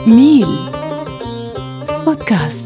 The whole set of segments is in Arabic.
ميل بودكاست.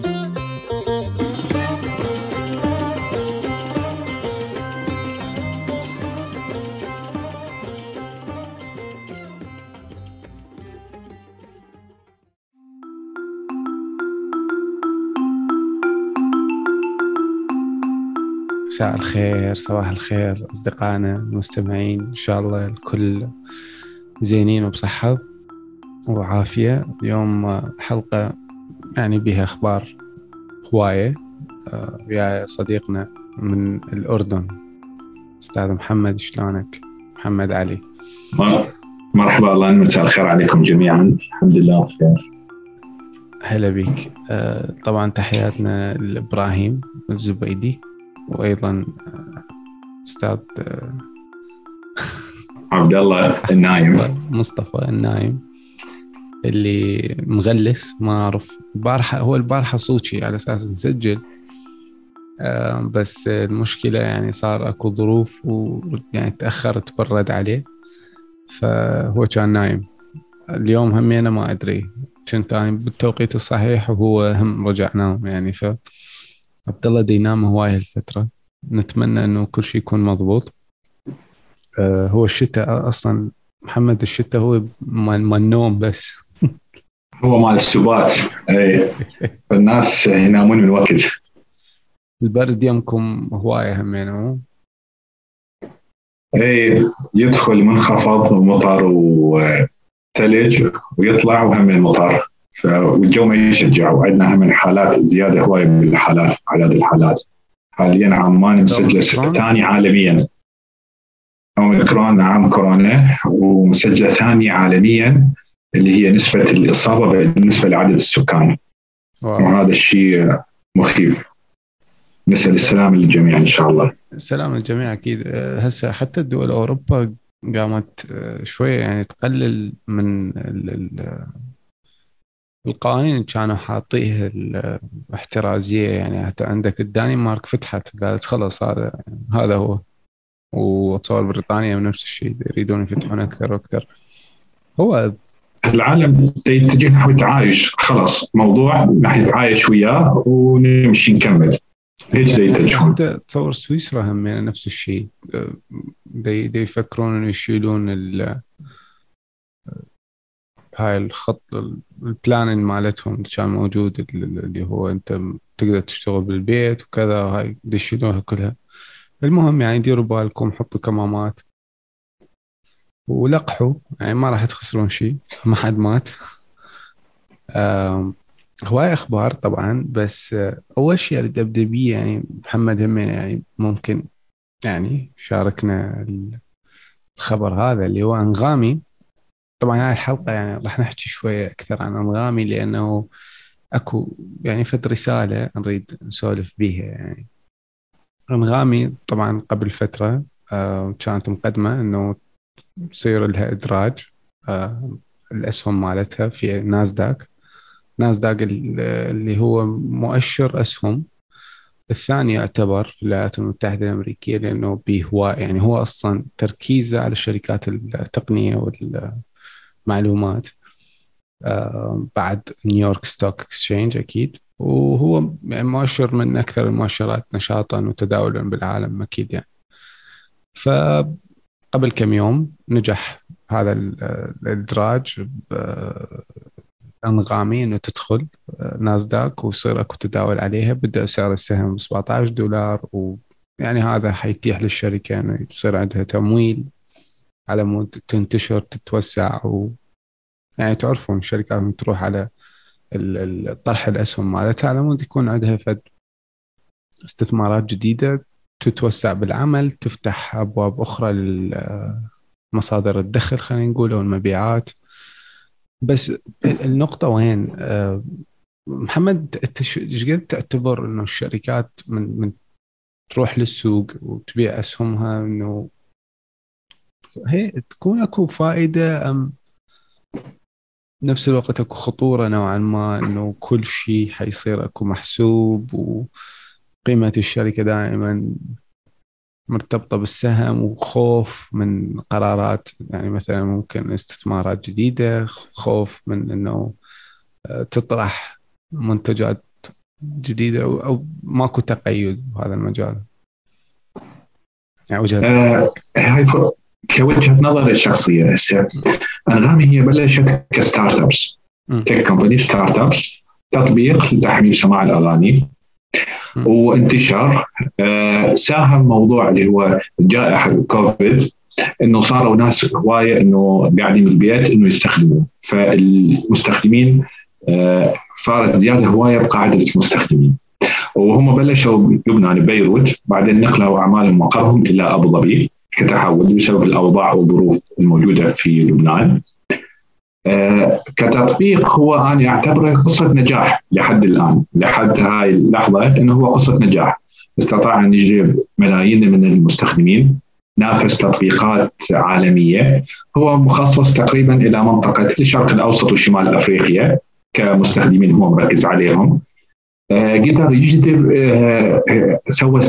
مساء الخير، صباح الخير أصدقائنا المستمعين. إن شاء الله الكل زينين وبصحة وعافية. اليوم حلقة يعني بها أخبار هواية. ويا صديقنا من الأردن أستاذ محمد. شلونك محمد علي؟ مرحبا، الله مساء الخير عليكم جميعا. الحمد لله بخير. هلا بك. طبعا تحياتنا لإبراهيم الزبيدي، وأيضا أستاذ عبد الله النايم، مصطفى النايم اللي مغلس. ما أعرف البارحة صوتي على أساس نسجل، بس المشكلة يعني صار أكو ظروف ويعني تأخرت بالرد عليه، فهو كان نايم. اليوم همي أنا ما أدري، كنت أنا بالتوقيت الصحيح وهو هم رجع نام يعني. عبد الله دي ينام هواي هالفترة. نتمنى إنه كل شيء يكون مضبوط. هو الشتاء أصلا محمد، الشتاء هو مال النوم بس. هو مال السبات. اي الناس ينامون من وقت. البرد يمكم هواية همينه. اي يدخل منخفض ومطر وثلج ويطلع وهم المطر، والجو ما يشجع، وعندنا هم حالات زيادة هواية بالحالات، عدد الحالات حاليا عمان مسجلة ثاني عالميا. أوميكرون، نعم كورونا، ومسجلة ثاني عالميا اللي هي نسبة الإصابة بالنسبة لعدد السكان. وهذا الشيء مخيف. نسأل السلام للجميع إن شاء الله. السلام للجميع أكيد. هسه حتى الدول أوروبا قامت شوية يعني تقلل من القوانين اللي كانوا حاطيها الاحترازية. يعني حتى عندك الدنمارك فتحت، قالت خلص هذا هو. وتصور بريطانيا نفس الشيء، يريدون يفتحون أكثر وأكثر. هو العالم يتجه نحو التعايش، خلاص موضوع نحن نتعايش وياه ونمشي نكمل. هيك يتجهون. حتى تصور سويسرا هم يعني نفس الشيء. دي يفكرون إنه يشيلون هاي الخط البلانين مالتهم اللي كان موجود، اللي هو أنت تقدر تشتغل بالبيت وكذا، هاي يشيلونها كلها. المهم يعني ديروا بالكم، حطوا كمامات ولقحوا، يعني ما راح تخسرون شيء، ما حد مات. هواي أخبار طبعا، بس أول شيء أريد أبدأ بيه يعني محمد هم يعني ممكن يعني شاركنا الخبر هذا اللي هو أنغامي. طبعا هاي الحلقة يعني راح نحكي شوية أكثر عن أنغامي، لأنه أكو يعني فد رسالة نريد نسولف بيها. يعني أنغامي طبعا قبل فترة كانت مقدمة أنه تصير لها إدراج الأسهم مالتها في ناسداك اللي هو مؤشر أسهم الثاني يعتبر في الولايات المتحدة الأمريكية، لأنه بهواء يعني هو أصلا تركيزه على الشركات التقنية والمعلومات بعد نيويورك ستوك اكسشينج أكيد. وهو يعني مؤشر من أكثر المؤشرات نشاطا وتداولا بالعالم أكيد يعني. فقبل كم يوم نجح هذا الإدراج أنغامي إنه تدخل ناسداك ويصير أكو تداول عليها. بدأ سعر السهم ب $17، ويعني هذا حيتيح للشركة إنه يصير عندها تمويل على مود تنتشر تتوسع. يعني تعرفون الشركات تروح على طرح الأسهم مالتها على مود يكون عندها فد استثمارات جديدة، تتوسع بالعمل، تفتح أبواب أخرى لمصادر الدخل خلينا نقول، أو المبيعات. بس النقطة وين محمد، انت ايش قد تعتبر انه الشركات من تروح للسوق وتبيع اسهمها، انه هي تكون اكو فائدة، ام نفس الوقت اكو خطورة نوعا ما انه كل شيء حيصير اكو محسوب، وقيمة الشركة دائما مرتبطة بالسهم، وخوف من قرارات يعني مثلا ممكن استثمارات جديدة، خوف من انه تطرح منتجات جديدة أو ماكو تقيد بهذا المجال؟ يعني وجهة نظرك. هاي كوجهة نظري الشخصية هسه أنغامي هي بلشت كستارت أبس، تك كومباني ستارت أبس، تطبيق لتحميل سماع الأغاني وانتشار. ساهم موضوع اللي هو جائحة كوفيد انه صاروا ناس هوايه انه قاعدين بالبيت انه يستخدموا، فالمستخدمين صارت زياده هوايه بقاعده المستخدمين، وهم بلشوا بلبنان ببيروت، بعدين نقلوا اعمالهم مقرهم الى ابو ظبي كتحول بسبب الاوضاع والظروف الموجوده في لبنان. كتطبيق هو انا اعتبره قصه نجاح لحد الان، لحد هاي اللحظه انه هو قصه نجاح، استطاع ان يجيب ملايين من المستخدمين، نافس تطبيقات عالميه، هو مخصص تقريبا الى منطقه الشرق الاوسط وشمال افريقيا كمستخدمين هو مركز عليهم. قدر يجذب، سوى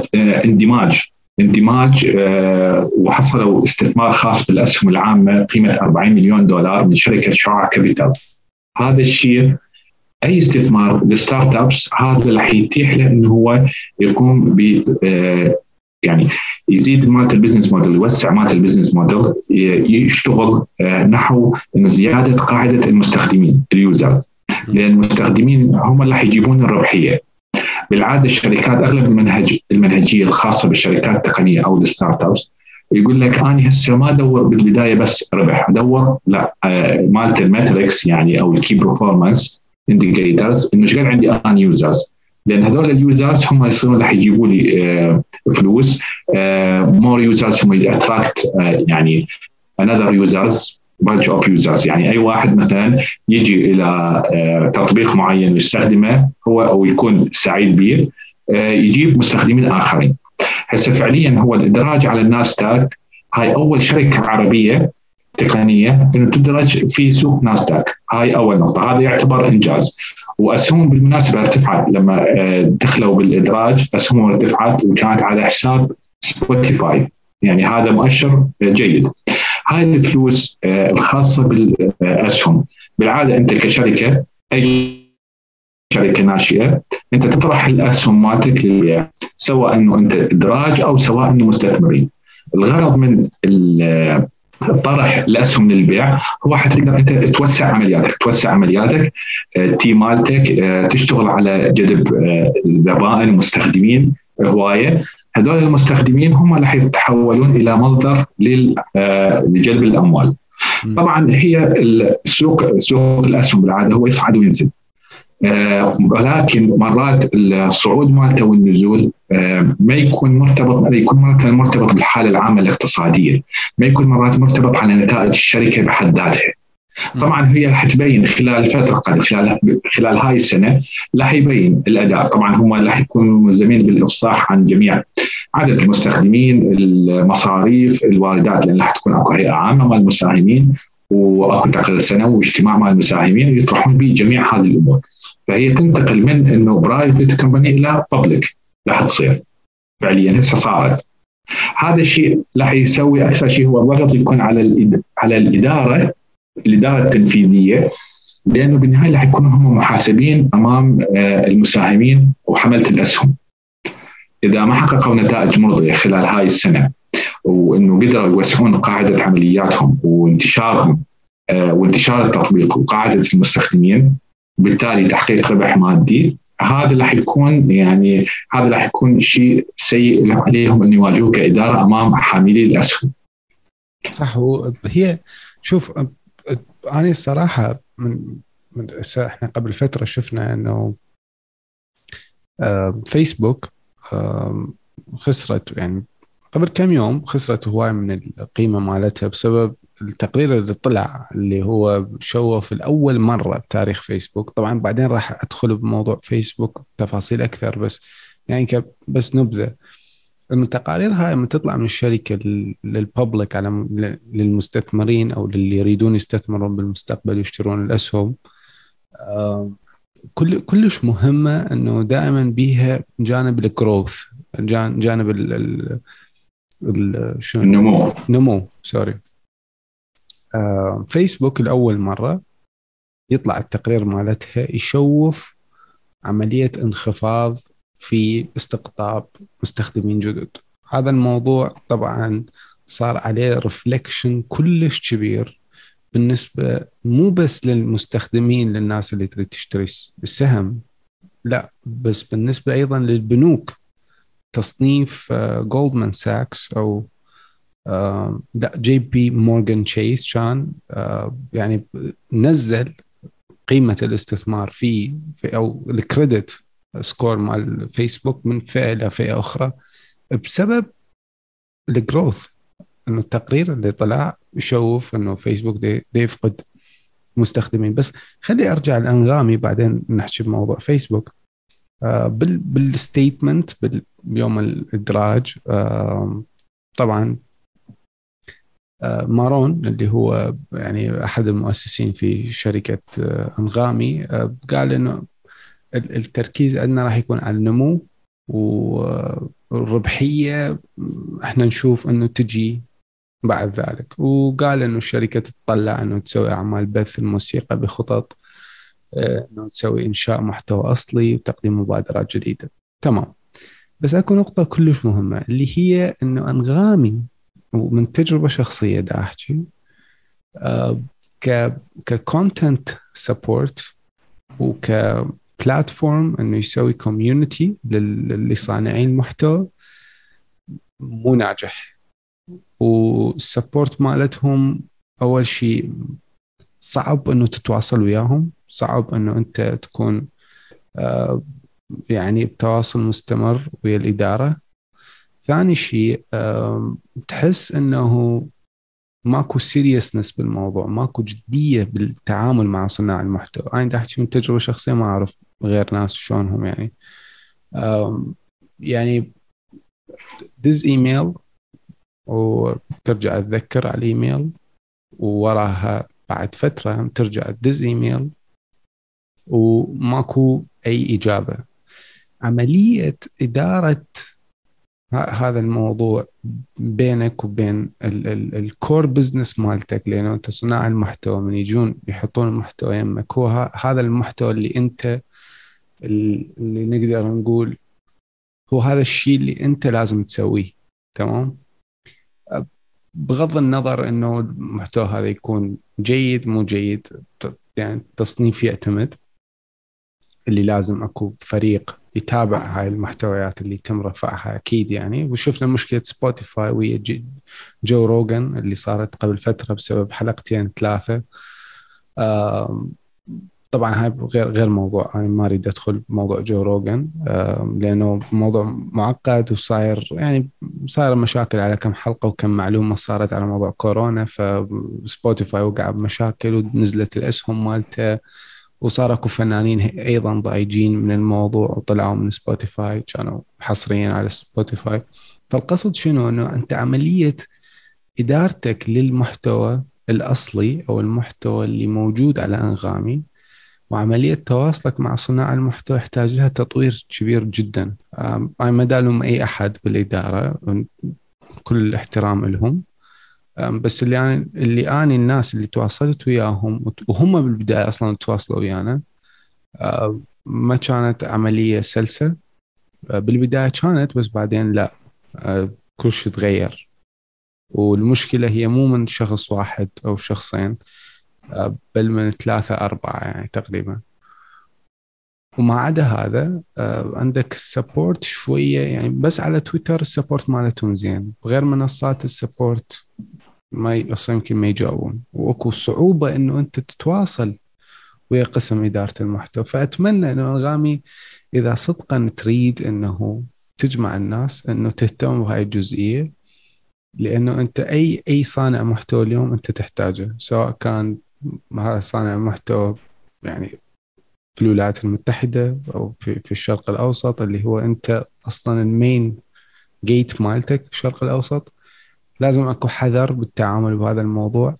اندماج وحصلوا استثمار خاص بالاسهم العامه قيمه 40 مليون دولار من شركه شعاع كابيتال. هذا الشيء اي استثمار للستارت ابس هذا اللي حيتيح له انه هو يقوم ب يعني يزيد مالت البزنس موديل، يوسع مالت البزنس موديل، يشتغل نحو انه زياده قاعده المستخدمين اليوزرز، لان المستخدمين هم اللي حيجيبون الربحيه. بالعاده الشركات اغلب المنهجيه الخاصه بالشركات التقنيه او الستارت ابس يقول لك انا هسه ما ادور بالبدايه بس ربح، ادور لا مالت الماتريكس يعني او الكي برفورمانس انديكيتورز، انه شغال عندي ان يوزرز، لان هذول اليوزرز هم يصيرون راح يجيبوا لي فلوس، مور يوزرز هم اتراكت يعني another users bunch of users، يعني اي واحد مثلا يجي الى تطبيق معين ويستخدمه هو او يكون سعيد به يجيب مستخدمين اخرين. هسه فعليا هو الادراج على الناسداك، هاي اول شركه عربيه تقنيه انه تدرج في سوق ناسداك، هاي اول نقطه، هذا يعتبر انجاز. واسهم بالمناسبه ارتفعت لما دخلوا بالادراج، اسهمهم ارتفعت وكانت على حساب سبوتيفاي، يعني هذا مؤشر جيد. هاي الفلوس الخاصه بالاسهم، بالعاده انت كشركه اي شركه ناشئه انت تطرح الاسهم مالتك للبيع، سواء انه انت ادراج او سواء انه مستثمرين. الغرض من طرح الاسهم للبيع هو حتى تقدر انت توسع عملياتك تيم مالتك، تشتغل على جذب زبائن مستخدمين هوايه. هذول المستخدمين هم اللي حيتحولون الى مصدر لجلب الاموال. طبعا هي سوق الاسهم بالعاده هو يصعد وينزل، ولكن مرات الصعود مالته والنزول ما يكون مرتبط بالحاله العامه الاقتصاديه، ما يكون مرات مرتبط على نتائج الشركه بحد ذاتها. طبعا هي حتبين خلال الفتره القادمه، خلال هاي السنه راح يبين الاداء. طبعا هم راح يكونوا ملزمين بالافصاح عن جميع عدد المستخدمين، المصاريف، الواردات، لان راح تكون اكو هيئه عامه مال المساهمين واكو تقرير سنوي واجتماع مع المساهمين يطرحون به جميع هذه الامور. فهي تنتقل من انه برايفت كومباني الى بابليك، راح تصير فعليا هسه صارت. هذا الشيء راح يسوي اكثر شيء هو الضغط يكون على الاداره التنفيذيه، لانه بالنهايه راح يكونوا هم محاسبين امام المساهمين وحمله الاسهم. اذا ما حققوا نتائج مرضيه خلال هاي السنه وانه قدروا يوسعون قاعده عملياتهم وانتشارهم وانتشار التطبيق وقاعده المستخدمين، بالتالي تحقيق ربح مادي، هذا راح يكون شيء سيء عليهم ان يواجهوه كاداره امام حاملي الاسهم. صح. هي شوف، انا الصراحه من احنا قبل فتره شفنا انه فيسبوك خسرت، يعني قبل كم يوم خسرت هواي من القيمه مالتها بسبب التقرير اللي طلع، اللي هو شوف الأول مرة بتاريخ فيسبوك. طبعا بعدين راح أدخل بموضوع فيسبوك بتفاصيل أكثر، بس يعني بس نبذة إنه التقارير هاي لما تطلع من الشركة للببليك، على للمستثمرين أو للي يريدون يستثمرون بالمستقبل ويشترون الأسهم، كلش مهمة إنه دائما بيها جانب الجروث، جانب النمو. سوري. فيسبوك الأول مرة يطلع التقرير مالتها يشوف عملية انخفاض في استقطاب مستخدمين جدد. هذا الموضوع طبعا صار عليه رفليكشن كلش كبير بالنسبة مو بس للمستخدمين، للناس اللي تريد تشتري السهم، لا بس بالنسبة أيضا للبنوك. تصنيف جولدمان ساكس أو لا جي بي مورغان تشيس كان يعني نزل قيمة الاستثمار في أو الكريدت سكور مال فيسبوك من فئة إلى فئة أخرى بسبب الجروث. إنه التقرير اللي طلع يشوف إنه فيسبوك دي يفقد مستخدمين. بس خلي أرجع الأنغامي بعدين نحكي بموضوع فيسبوك. بالستيتمنت بيوم الإدراج طبعا مارون اللي هو يعني أحد المؤسسين في شركة أنغامي قال إنه التركيز عندنا راح يكون على النمو، والربحية احنا نشوف انه تجي بعد ذلك. وقال انه الشركة تتطلع انه تسوي اعمال بث الموسيقى بخطط انه تسوي انشاء محتوى اصلي وتقديم مبادرات جديدة. تمام. بس اكو نقطة كلش مهمة اللي هي انه انغامي، ومن تجربة شخصية دا احكي آه، ك ككونتنت سبورت وكبلاتفورم انه يسوي كوميونتي لصانعين المحتوى مو ناجح. والسبورت مالتهم اول شيء صعب انه تتواصل وياهم، صعب انه انت تكون آه، يعني بتواصل مستمر ويا الاداره. ثاني شيء تحس انه ماكو سيريسنس بالموضوع، ماكو جديه بالتعامل مع صناع المحتوى. انا بدي احكي من تجربه شخصيه، ما اعرف غير ناس شلونهم يعني. يعني دز ايميل وترجع تذكر على الايميل، ووراها بعد فترة ترجع تدز ايميل وماكو اي اجابة. عملية ادارة هذا الموضوع بينك وبين الكور بزنس مالتك، لانه انت صناع المحتوى من يجون يحطون المحتوى يمك، هو هذا المحتوى اللي انت اللي نقدر نقول هو هذا الشيء اللي انت لازم تسويه. تمام. بغض النظر انه المحتوى هذا يكون جيد مو جيد، يعني التصنيف يعتمد اللي لازم اكو فريق يتابع هاي المحتويات اللي يتم رفعها اكيد يعني. وشفنا مشكله سبوتيفاي ويا جو روغان اللي صارت قبل فتره بسبب حلقتين ثلاثه. طبعا هاي غير موضوع، انا ما اريد ادخل بموضوع جو روغان لانه موضوع معقد وصاير يعني صاير مشاكل على كم حلقه وكم معلومه صارت على موضوع كورونا. فسبوتيفاي وقع بمشاكل ونزلت الاسهم مالته، وصار اكو فنانين ايضا ضايجين من الموضوع وطلعوا من سبوتيفاي، كانوا حصريا على سبوتيفاي. فالقصد شنو؟ انه انت عمليه ادارتك للمحتوى الاصلي او المحتوى اللي موجود على انغامي وعملية تواصلك مع صناع المحتوى يحتاج لها تطوير كبير جدا. أنا ما دالهم أي أحد بالإدارة، كل الاحترام لهم. بس اللي أنا الناس اللي تواصلت وياهم وهم بالبداية أصلا تواصلوا ويانا ما كانت عملية سلسة. بالبداية كانت، بس بعدين لا، كل شيء تغير. والمشكلة هي مو من شخص واحد أو شخصين، بل من ثلاثة أربعة يعني تقريبا. وما عدا هذا عندك السبورت شوية يعني، بس على تويتر السبورت مالتهم زين، بغير منصات السبورت ما أصلا يمكن ما يجاوبون، واكو صعوبة انه انت تتواصل ويا قسم إدارة المحتوى. فأتمنى انه أنغامي اذا صدقا تريد انه تجمع الناس انه تهتم بهاي الجزئية، لانه انت اي صانع محتوى اليوم انت تحتاجه، سواء كان هذا صانع محتوى يعني في الولايات المتحدة أو في الشرق الأوسط، اللي هو أنت أصلا المين جيت مالتك الشرق الأوسط. لازم أكو حذر بالتعامل بهذا الموضوع.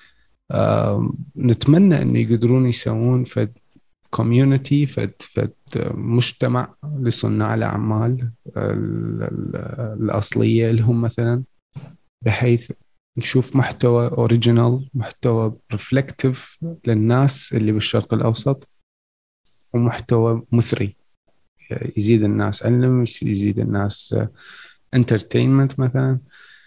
نتمنى أن يقدرون يسوون فد كوميونتي، فد مجتمع لصناع الأعمال الأصلية لهم مثلا، بحيث نشوف محتوى اوريجينال، محتوى ريفلكتيف للناس اللي بالشرق الأوسط، ومحتوى مثري يزيد الناس علم، يزيد الناس انترتينمنت مثلا.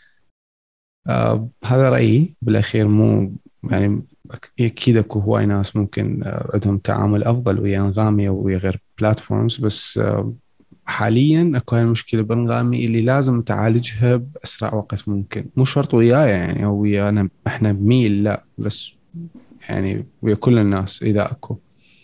هذا رأيي بالأخير. مو يعني أكيد أكو هواي ناس ممكن عندهم تعامل أفضل ويا أنغامي ويا غير بلاتفورمز، بس حاليا أكو هاي المشكلة بأنغامي اللي لازم تعالجها بأسرع وقت ممكن. مو شرط وياي يعني أو ويانا إحنا بميل، لا، بس يعني ويا كل الناس إذا أكو.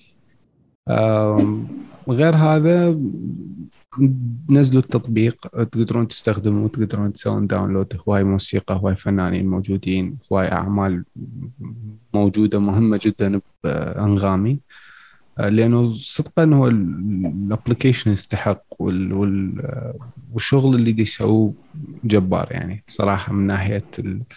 غير هذا، نزلوا التطبيق، تقدرون تستخدموه، تقدرون تسوون داونلود. هواي موسيقى، هواي فنانين موجودين، هواي أعمال موجودة مهمة جدا بأنغامي. لأنه صدقا هو الابلكيشن يستحق، والشغل اللي دي يسووه جبار يعني صراحة، من ناحية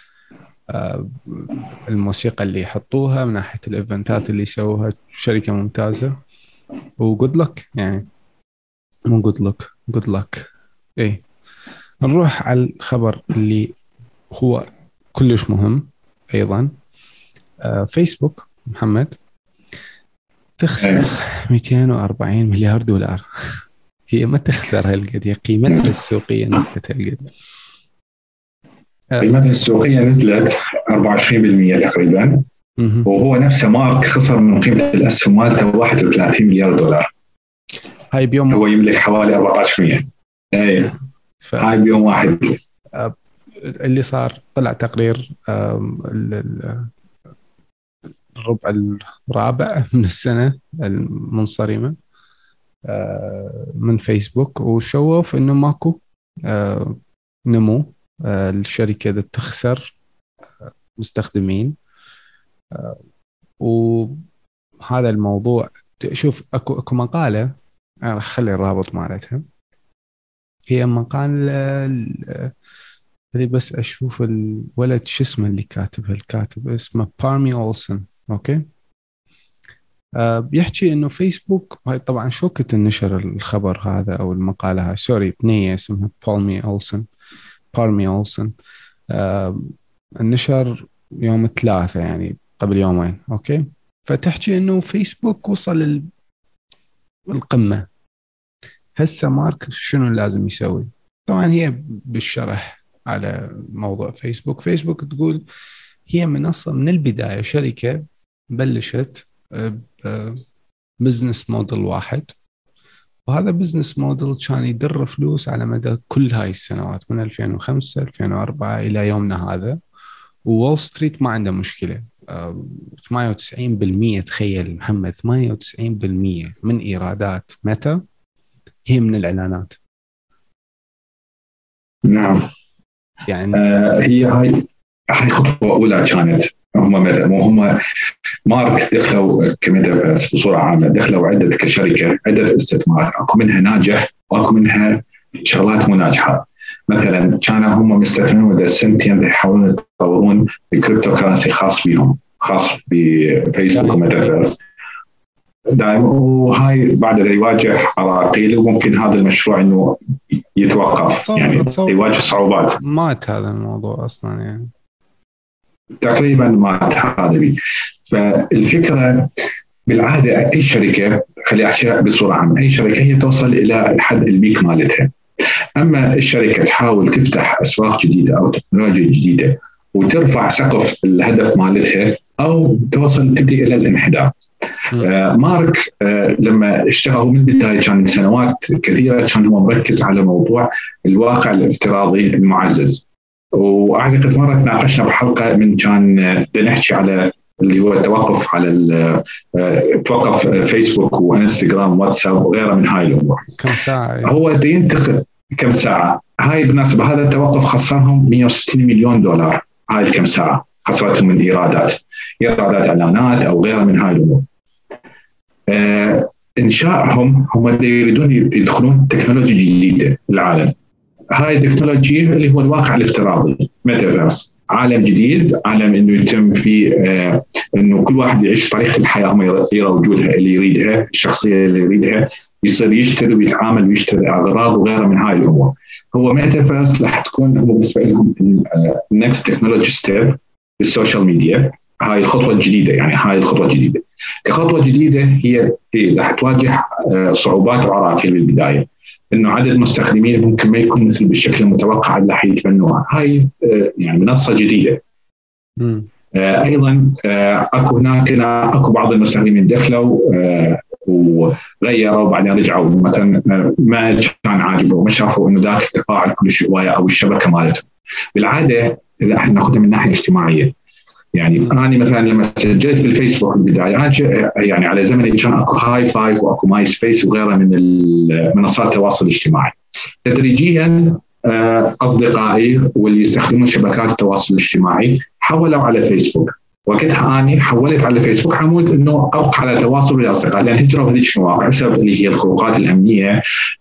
الموسيقى اللي يحطوها، من ناحية الإيفنتات اللي يسووها. شركة ممتازة، وجود لك يعني. مو جود لك، جود لك. ايه، نروح على الخبر اللي هو كلش مهم ايضا. فيسبوك محمد تخسر 240 مليار دولار. هي ما تخسر هالقد، هي قيمتها السوقية نزلت هالقد. قيمتها السوقية نزلت 24% تقريبا. وهو نفسه مارك خسر من قيمة الأسهم مالته 31 مليار دولار. هاي بيوم هو يملك حوالي 14%. اي هاي بيوم واحد. اللي صار، طلع تقرير الربع الرابع من السنة المنصرمة من فيسبوك، وشوف انه ماكو نمو. الشركة تخسر مستخدمين. وهذا الموضوع، شوف اكو مقالة، راح اخلي الرابط مالتها. هي مقالة اللي بس اشوف الولد شو اسمه اللي كاتبها. الكاتب اسمه بارمي أولسن. اوكي. بيحكي انه فيسبوك، هاي طبعا شوكة النشر الخبر هذا او المقالة هاي، سوري، بنية اسمها بارمي أولسن. النشر يوم 3 يعني قبل يومين. اوكي. فتحكي انه فيسبوك وصل القمة. هسه مارك شنو لازم يسوي؟ طبعا هي بالشرح على موضوع فيسبوك تقول هي منصة من البداية، شركة بلشت بزنس موديل واحد، وهذا بزنس موديل كان يدر فلوس على مدى كل هاي السنوات من 2005 2004 إلى يومنا هذا. وول ستريت ما عنده مشكلة. 98%، تخيل محمد، 98% من إيرادات ميتا هي من الإعلانات. نعم. يعني هي هاي خطوة أولى كانت. هم مارك دخلوا كميتافيرس بصورة عامة، دخلوا عدة كشركة، عدة استثمار، أكو منها ناجح وأكو منها شغلات مو ناجحة. مثلا كانوا هم مستثمرين مدة سنتين يحاولون يطورون الكريبتو كرنسي خاص بهم، خاص بفيسبوك وميتافيرس دائما، وهاي بعد يواجه عراقيل، وممكن هذا المشروع انه يتوقف، يعني يواجه صعوبات. مات هذا الموضوع اصلا يعني، تقريبا مات هذا. فالفكره بالعاده اي شركه، خلي احكي بصوره عامه، اي شركه هي توصل الى الحد البيك مالتها. اما الشركه تحاول تفتح اسواق جديده او تكنولوجيا جديده وترفع سقف الهدف مالتها، او توصل تبدي الى الانحدار. مارك لما اشتغل من البدايه كان سنوات كثيره كان هو مركز على موضوع الواقع الافتراضي المعزز. واعتقد مره تناقشنا بحلقه من كان نحكي على اللي هو التوقف على توقف فيسبوك وانستغرام واتساب وغيره من هاي الامور. كم ساعه يعني. هو ينتقد كم ساعه. هاي بالمناسبه هذا التوقف خسرهم 160 مليون دولار. هاي الكم ساعه خسرتهم من ايرادات اعلانات او غيرها من هاي الامور. انشائهم هم اللي يريدون يدخلون تكنولوجيا جديده للعالم. هاي التكنولوجيا اللي هو الواقع الافتراضي، ميتافيرس، عالم جديد، عالم انه يتم فيه انه كل واحد يعيش طريقه الحياه هم يرى وجودها اللي يريدها، الشخصيه اللي يريدها، يصير يشتري ويتعامل ويشتري اغراض وغيرها من هاي الامور. هو ميتافيرس راح تكون هو بالنسبه لهم النكست تكنولوجي ستيب بالسوشيال ميديا. هاي الخطوه الجديده، يعني هاي الخطوه الجديده كخطوه جديده هي راح تواجه صعوبات وعراقيل بالبدايه، انه عدد المستخدمين ممكن ما يكون مثل بالشكل المتوقع اللي حيتبنوها. هاي يعني منصه جديده. ايضا اكو بعض المستخدمين دخلوا وغيروا وبعدين رجعوا مثلا ما كان عاجبه وما شافوا انه ذاك التفاعل كلش هوايه او الشبكه مالتهم. بالعاده اذا احنا ناخذها من الناحيه الاجتماعيه، يعني انا مثلا لما سجلت بالفيسبوك في البدايه انا يعني على زمن كان اكو هاي فايف واكو ماي سبيس وغيرها من منصات التواصل الاجتماعي. تدريجيا اصدقائي واللي يستخدمون شبكات التواصل الاجتماعي حولوا على فيسبوك. وقتها اني حولت على فيسبوك حمود انه ابقى على تواصل ويا الاصدقاء، لان هجروا هذيك المواقع بسبب اللي هي الخروقات الامنيه،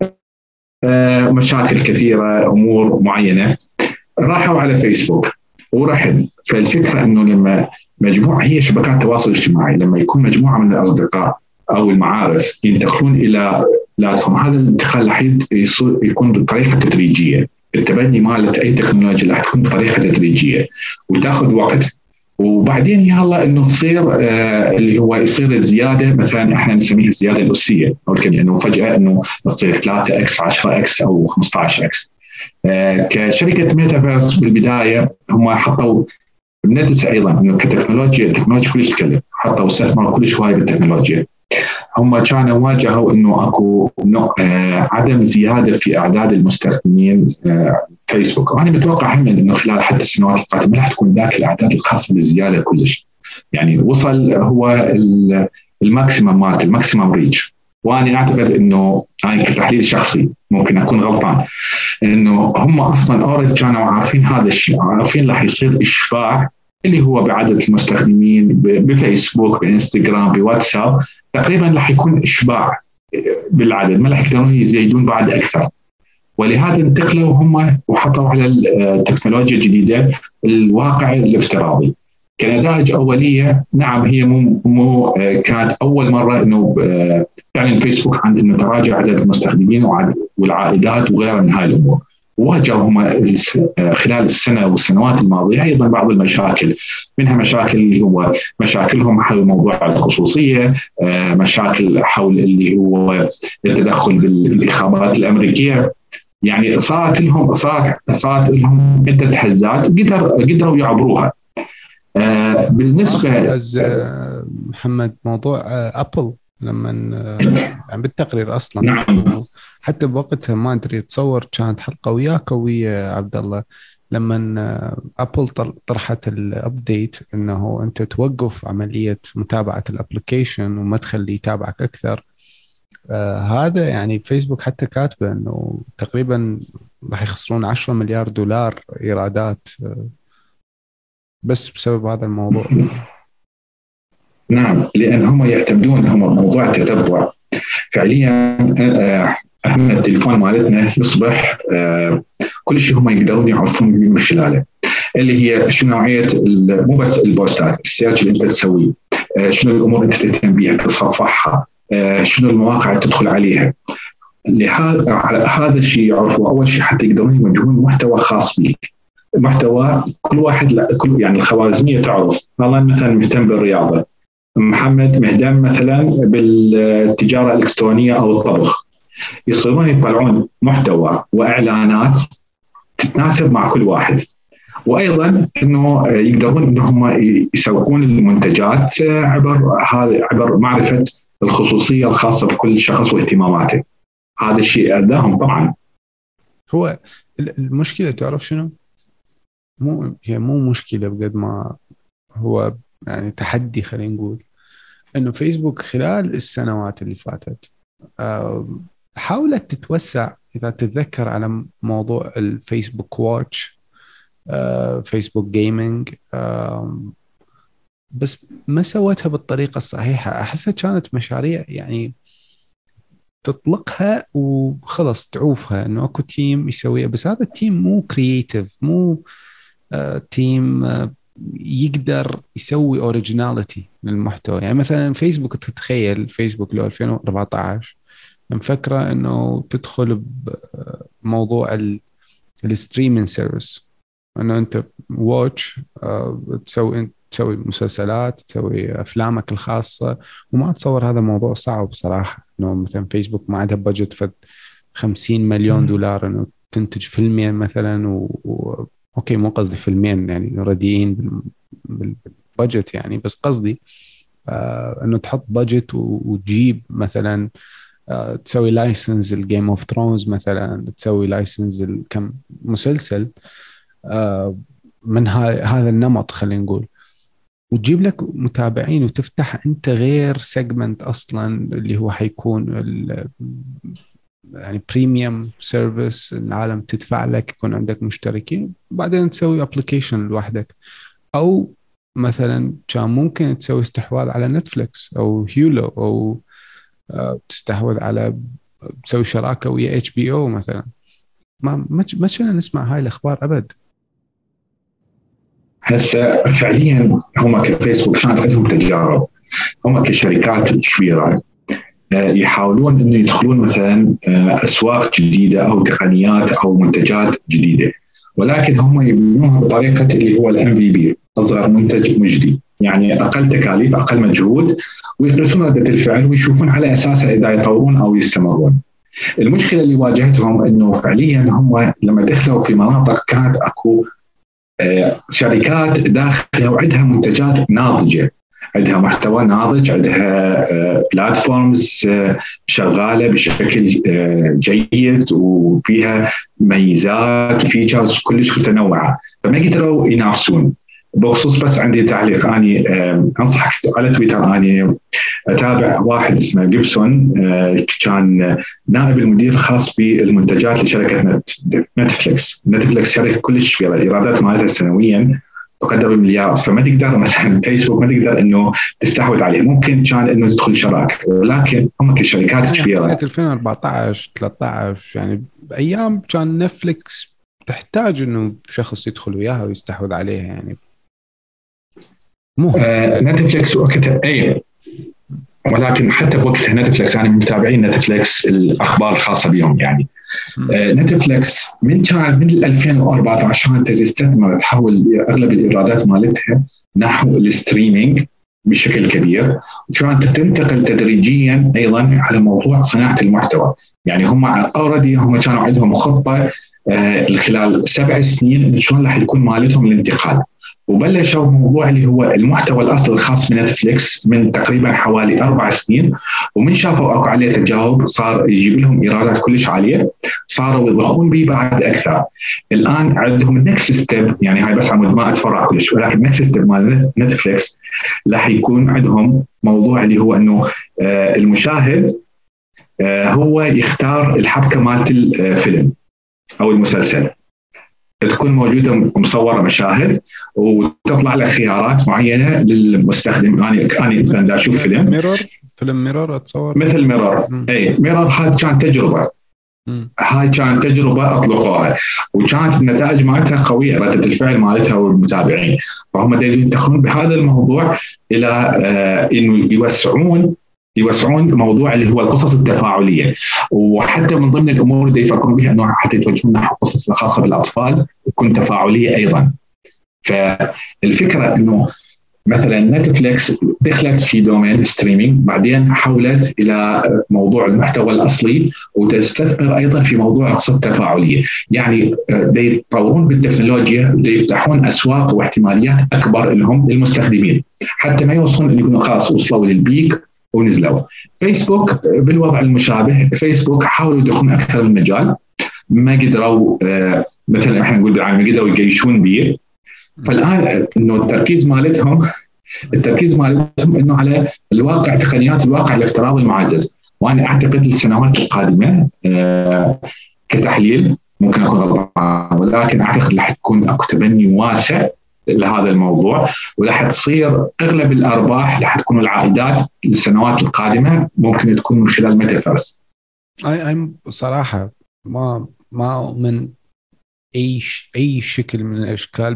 مشاكل كثيره، امور معينه، راحوا على فيسبوك ورحت. فالفكره انه لما مجموعه هي شبكات التواصل الاجتماعي، لما يكون مجموعه من الاصدقاء او المعارف ينتقلون الى بلاتفورم، هذا الانتقال راح يكون بطريقه تدريجيه. التبني مالت اي تكنولوجيا راح تكون بطريقه تدريجيه وتاخذ وقت، وبعدين يلا انه تصير اللي هو يصير الزياده، مثلا احنا نسميها الزياده الاسيه، او انه فجاه انه تصير 3 اكس 10 اكس او 15 اكس. كشركه ميتافيرس بالبدايه هم حطوا بندرس ايضا انه التكنولوجيا كلش تكلف، حطوا استثمروا كلش هواي بالتكنولوجيا. هم كانوا واجهوا انه اكو عدم زياده في اعداد المستخدمين فيسبوك، وانا متوقع هم انه خلال حتى السنوات القادمه راح تكون ذاك الاعداد الخاصه بالزياده كلش، يعني وصل هو الماكسيمم مالت الماكسيمم ريتش. وانا اعتقد انه انا كتحليل شخصي ممكن اكون غلطان، انه هم اصلا اوريدي كانوا عارفين هذا الشيء، عارفين راح يصير اشباع اللي هو بعدد المستخدمين بفيسبوك بانستغرام بواتساب، تقريبا راح يكون اشباع بالعدد، ما راح يقدرون يزيدون بعد اكثر. ولهذا انتقلوا هم وحطوا على التكنولوجيا الجديده الواقع الافتراضي كنتائج اوليه. نعم هي مو كانت اول مره انه فعلا فيسبوك عند انه تراجع عدد المستخدمين والعائدات وغيرها من هاي الامور. واجهوا هم خلال السنه والسنوات الماضيه ايضا بعض المشاكل، منها مشاكل اللي هو مشاكلهم حول موضوع الخصوصيه، مشاكل حول اللي هو التدخل بالانتخابات الامريكيه. يعني صارت لهم عده تحديات قدروا يعبروها. بالنسبه محمد موضوع ابل لما يعني بالتقرير اصلا، نعم حتى بوقتها ما ادري اتصور كانت حلقه وياك ويا عبد الله لما ابل طرحت الابديت انه انت توقف عمليه متابعه الابلكيشن وما تخليه يتابعك اكثر. هذا يعني فيسبوك حتى كاتبه انه تقريبا راح يخسرون 10 مليار دولار ايرادات بس بسبب هذا الموضوع. نعم، لان هم يعتمدون موضوع التتبع فعليا. احنا التليفون مالتنا يصبح كل شيء هم يقدرون يعرفون من خلاله، اللي هي شنو نوعيه مو بس البوستات، السيرش اللي انت تسويه، شنو الامور انت تهتم بها تتصفحها، شنو المواقع اللي تدخل عليها. هذا الشيء يعرفوا اول شيء حتى يقدرون يوجهون محتوى خاص بك، محتوى كل واحد يعني الخوارزميه تعرف والله مثلا مهتم بالرياضه، محمد مهتم مثلا بالتجاره الالكترونيه او الطبخ، يصيرون يطلعون محتوى واعلانات تتناسب مع كل واحد. وايضا انه يقدرون انهم يسوقون المنتجات عبر معرفه الخصوصيه الخاصه بكل شخص واهتماماته. هذا الشيء اداهم طبعا. هو المشكله تعرف شنو؟ هي مو مشكله بقد ما هو يعني تحدي. خلينا نقول انه فيسبوك خلال السنوات اللي فاتت حاولت تتوسع. اذا تتذكر على موضوع الفيسبوك واتش، فيسبوك جيمينج، بس ما سوتها بالطريقة الصحيحة. أحسها كانت مشاريع يعني تطلقها وخلص تعوفها، إنه أكو تيم يسويها، بس هذا التيم مو كرييتيف، مو تيم يقدر يسوي اوريجيناليتي للمحتوى. يعني مثلا فيسبوك، تتخيل فيسبوك له 2014 مفكرة انه تدخل بموضوع الستريمينج سيرفيس، انه انت واتش تسوي مسلسلات، تسوي افلامك الخاصة. وما اتصور هذا موضوع صعب صراحة، انه مثلا فيسبوك ما عندها بادجت ف 50 مليون دولار انه تنتج فيلمين مثلا اوكي مو قصدي فيلمين يعني رديئين بالبادجت يعني، بس قصدي انه تحط بادجت وتجيب مثلا تسوي لايسنس الجيم اوف ثرونز مثلا، تسوي لايسنس كم مسلسل من هذا النمط خلينا نقول، وتجيب لك متابعين، وتفتح انت غير سيجمنت اصلا اللي هو حيكون يعني بريميوم سيرفيس، العالم تدفع لك، يكون عندك مشتركين، وبعدين تسوي ابلكيشن لوحدك. او مثلا كان ممكن تسوي استحواذ على نتفليكس او هيولو، او تستحوذ على، تسوي شراكه ويا اتش بي او مثلا. ما كنا نسمع هاي الاخبار ابد. هسه فعليا هم كفيسبوك كانت عندهم تجارب، هم كشركات كبيره يحاولون انه يدخلون مثلا اسواق جديده او تقنيات او منتجات جديده، ولكن هم يبنوها بطريقه اللي هو الام في بي، اصغر منتج مجدي، يعني اقل تكاليف اقل مجهود، ويقيسون رده الفعل ويشوفون على اساسها اذا يطورون او يستمرون. المشكله اللي واجهتهم انه فعليا هم لما دخلوا في مناطق كانت اكو شركات داخلها وعندها منتجات ناضجه، عندها محتوى ناضج، عندها بلاتفورمز شغاله بشكل جيد وفيها ميزات وفيتشرز كلش متنوعه، فما قدروا ينافسون. بخصوص بس عندي تعليق، اني انصحك على تويتر، اني اتابع واحد اسمه جيبسون، كان نائب المدير الخاص بالمنتجات لشركه نتفليكس شركه كلش كبيره، الايرادات مالتها سنويا تقدر بالمليارات، فما تقدر مثلا فيسبوك ما تقدر انه تستحوذ عليه، ممكن كان انه تدخل شراكه، ولكن هم كشركات كبيره. يعني 2014 13 يعني بايام كان نتفليكس تحتاج انه شخص يدخل وياها ويستحوذ عليها يعني، مو نتفليكس وقتها اي، ولكن حتى بوقتها نتفليكس، انا من متابعين نتفليكس الاخبار الخاصه بهم يعني. نتفليكس من 2014 كانت تستثمر، تحول اغلب الايرادات مالتها نحو الستريمينج بشكل كبير، وكانت تنتقل تدريجيا ايضا على موضوع صناعه المحتوى. يعني هم اوريدي هم كانوا عندهم خطه خلال 7 سنين شلون راح يكون مالتهم الانتقال، وبلشوا موضوع اللي هو المحتوى الاصلي الخاص بنتفليكس من تقريبا حوالي 4 سنين، ومن شافوا اكو عليه تجاوب صار يجيب لهم ايرادات كلش عاليه، صاروا يضخون به بعد اكثر. الان عندهم النكست ستيب، يعني هاي بس عمود ما اتفرع كلش، ولكن النكست ستيب مال نتفليكس راح يكون عندهم موضوع اللي هو انه المشاهد هو يختار الحبكه مالت الفيلم او المسلسل، تكون موجوده مصوره مشاهد وتطلع له خيارات معينه للمستخدم. انا مثلا اشوف فيلم ميرور اتصور مثل ميرور، اي ميرور هذه كانت تجربه، هاي كانت تجربه اطلقوها وكانت النتائج مالتها قويه، رده الفعل مالتها والمتابعين، فهم ينتقلون بهذا الموضوع الى انه يوسعون موضوع اللي هو القصص التفاعليه، وحتى من ضمن الامور اللي يفكرون بها انه حتى يتوجهون نحو القصص الخاصه بالاطفال تكون تفاعليه ايضا. فالفكره انه مثلا نتفليكس دخلت في دومين ستريمينج، بعدين حولت الى موضوع المحتوى الاصلي، وتستثمر ايضا في موضوع القصص التفاعليه، يعني يطورون بالتكنولوجيا ويفتحون اسواق واحتماليات اكبر لهم للمستخدمين، حتى ما يوصلون انه خلاص وصلوا للبيك ونزلوا. فيسبوك بالوضع المشابه، فيسبوك حاولوا يدخلون اكثر من مجال، ما قدروا مثلا احنا نقول بالعالم ما قدروا يقيشون به. فالان انه التركيز مالتهم انه على الواقع، تقنيات الواقع الافتراضي المعزز، وانا اعتقد السنوات القادمه كتحليل ممكن اكون غلطان، ولكن اعتقد راح يكون اكو تبني واسع لهذا الموضوع، وراح تصير اغلب الارباح راح تكون العائدات للسنوات القادمه ممكن تكون من خلال ميتافيرس. اي صراحه ما اؤمن اي شكل من الاشكال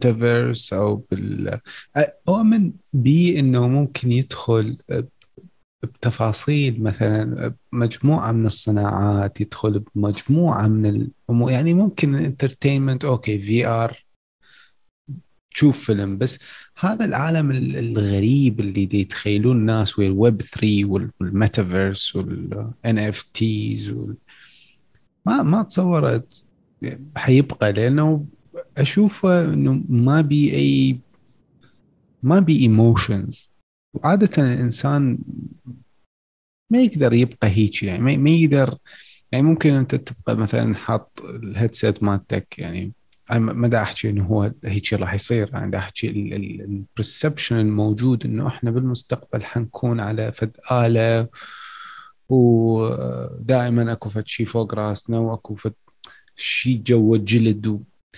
بالميتافيرس او اؤمن بي انه ممكن يدخل بتفاصيل مثلا مجموعة من الصناعات، يدخل بمجموعة من الأمور. يعني ممكن انترتينمنت اوكي في ار تشوف فيلم، بس هذا العالم الغريب اللي دي يتخيلون الناس، والويب 3 والميتافيرس والان اف تيز، ما تصورت حيبقى، لانه اشوفه انه ما بي ايموشنز. وعادة الانسان ما يقدر يبقى هيك، يعني ما يقدر. يعني ممكن انت تبقى مثلا حاط الهيدسيت مالتك، يعني أنا ما دا احكي انه هو هيك راح يصير، انا دا احكي البرسبشن الموجود انه احنا بالمستقبل حنكون على فد آلة، ودائما اكو فد شيء فوق راسنا، واكو فد شيء جوا الجلد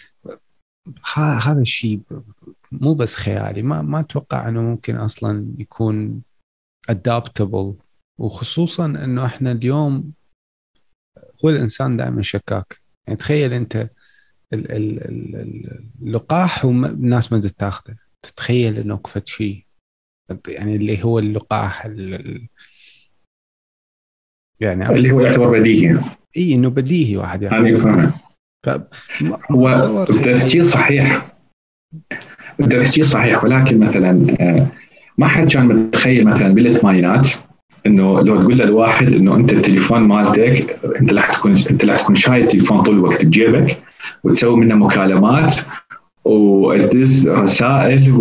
هذا الشيء مو بس خيالي. ما اتوقع انه ممكن اصلا يكون adaptable. وخصوصا انه احنا اليوم هو الانسان دائما شكاك. يعني تخيل انت اللقاح والناس ما تاخذه، تتخيل انه كفت شيء، يعني اللي هو اللقاح يعني اللي هو يعتبر بديهي. اي انه بديهي واحد يعني فاهم. هو اتصور التفكير صحيح، التفكير صحيح، ولكن مثلا ما حد كان متخيل مثلا بالثمانينات انه لو تقول للواحد انه انت التليفون مالتك انت راح تكون شايل التليفون طول الوقت بجيبك، وتسوي منه مكالمات وتدز رسائل